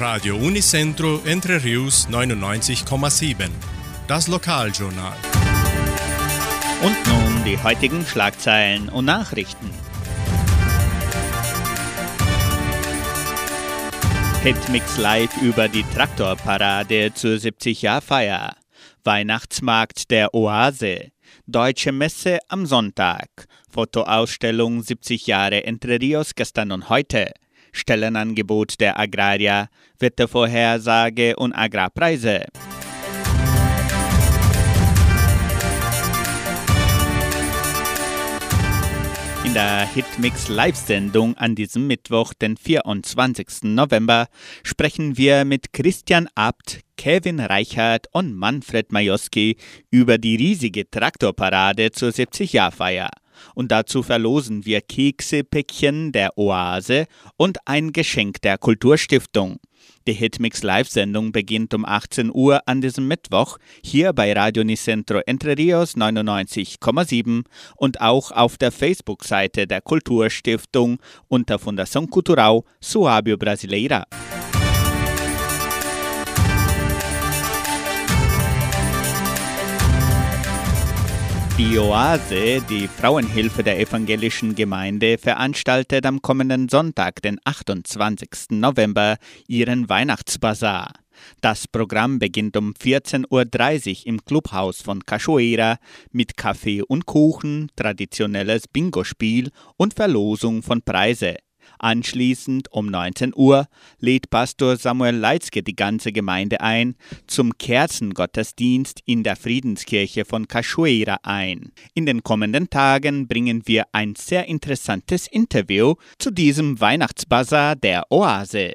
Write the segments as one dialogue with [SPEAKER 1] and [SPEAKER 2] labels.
[SPEAKER 1] Radio Unicentro Entre Rius 99,7. Das Lokaljournal.
[SPEAKER 2] Und nun die heutigen Schlagzeilen und Nachrichten. Hitmix live über die Traktorparade zur 70-Jahr-Feier. Weihnachtsmarkt der Oase. Deutsche Messe am Sonntag. Fotoausstellung 70 Jahre Entre Rios gestern und heute. Stellenangebot der Agrarier, Wettervorhersage und Agrarpreise. In der Hitmix Live-Sendung an diesem Mittwoch, den 24. November, sprechen wir mit Christian Abt, Kevin Reichert und Manfred Majewski über die riesige Traktorparade zur 70-Jahr-Feier. Und dazu verlosen wir Keksepäckchen der Oase und ein Geschenk der Kulturstiftung. Die Hitmix Live-Sendung beginnt um 18 Uhr an diesem Mittwoch hier bei Radio Unicentro Entre Rios 99,7 und auch auf der Facebook-Seite der Kulturstiftung unter Fundação Cultural Suábio Brasileira. Die Oase, die Frauenhilfe der evangelischen Gemeinde, veranstaltet am kommenden Sonntag, den 28. November, ihren Weihnachtsbazar. Das Programm beginnt um 14.30 Uhr im Clubhaus von Cachoeira mit Kaffee und Kuchen, traditionelles Bingo-Spiel und Verlosung von Preise. Anschließend um 19 Uhr lädt Pastor Samuel Leitzke die ganze Gemeinde ein zum Kerzengottesdienst in der Friedenskirche von Cachoeira ein. In den kommenden Tagen bringen wir ein sehr interessantes Interview zu diesem Weihnachtsbazar der Oase.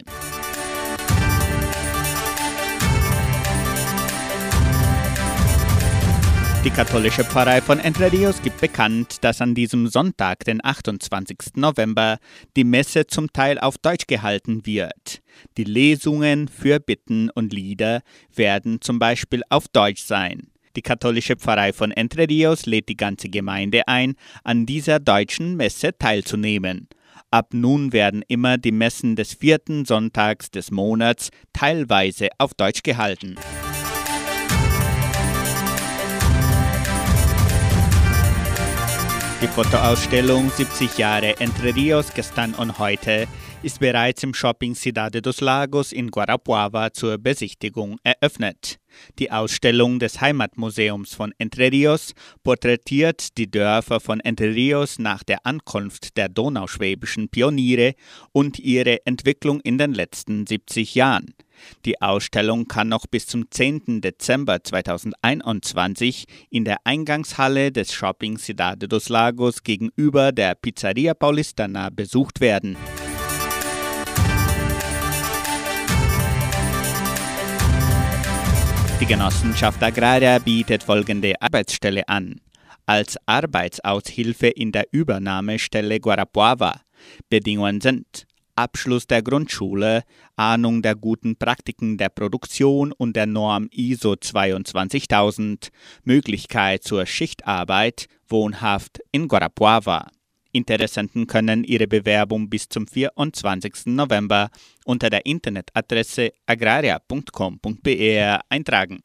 [SPEAKER 2] Die katholische Pfarrei von Entre Rios gibt bekannt, dass an diesem Sonntag, den 28. November, die Messe zum Teil auf Deutsch gehalten wird. Die Lesungen, Fürbitten und Lieder werden zum Beispiel auf Deutsch sein. Die katholische Pfarrei von Entre Rios lädt die ganze Gemeinde ein, an dieser deutschen Messe teilzunehmen. Ab nun werden immer die Messen des 4. Sonntags des Monats teilweise auf Deutsch gehalten. Die Fotoausstellung 70 Jahre Entre Rios gestern und heute ist bereits im Shopping Cidade dos Lagos in Guarapuava zur Besichtigung eröffnet. Die Ausstellung des Heimatmuseums von Entre Rios porträtiert die Dörfer von Entre Rios nach der Ankunft der donauschwäbischen Pioniere und ihre Entwicklung in den letzten 70 Jahren. Die Ausstellung kann noch bis zum 10. Dezember 2021 in der Eingangshalle des Shopping Cidade dos Lagos gegenüber der Pizzeria Paulistana besucht werden. Die Genossenschaft Agraria bietet folgende Arbeitsstelle an. Als Arbeitsaushilfe in der Übernahmestelle Guarapuava. Bedingungen sind Abschluss der Grundschule, Ahnung der guten Praktiken der Produktion und der Norm ISO 22000, Möglichkeit zur Schichtarbeit, wohnhaft in Guarapuava. Interessenten können ihre Bewerbung bis zum 24. November unter der Internetadresse agraria.com.br eintragen.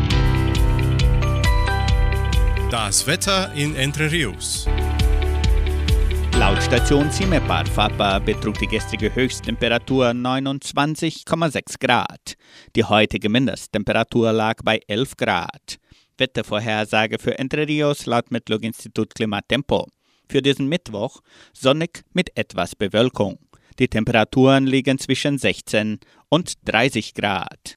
[SPEAKER 1] Das Wetter in Entre Rios.
[SPEAKER 2] Laut Station Cimepar Fapa betrug die gestrige Höchsttemperatur 29,6 Grad. Die heutige Mindesttemperatur lag bei 11 Grad. Wettervorhersage für Entre Rios laut Metlog-Institut Klimatempo. Für diesen Mittwoch sonnig mit etwas Bewölkung. Die Temperaturen liegen zwischen 16 und 30 Grad.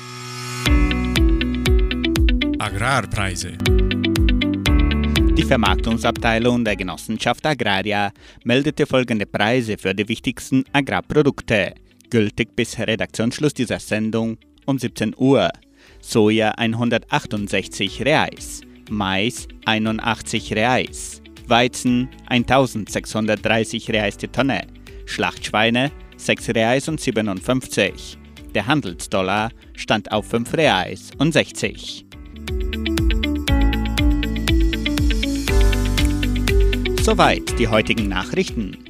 [SPEAKER 1] Agrarpreise.
[SPEAKER 2] Die Vermarktungsabteilung der Genossenschaft Agraria meldete folgende Preise für die wichtigsten Agrarprodukte, gültig bis Redaktionsschluss dieser Sendung um 17 Uhr. Soja 168 Reais, Mais 81 Reais, Weizen 1630 Reais die Tonne, Schlachtschweine 6 Reais und 57. Der Handelsdollar stand auf 5 Reais und 60. Soweit die heutigen Nachrichten.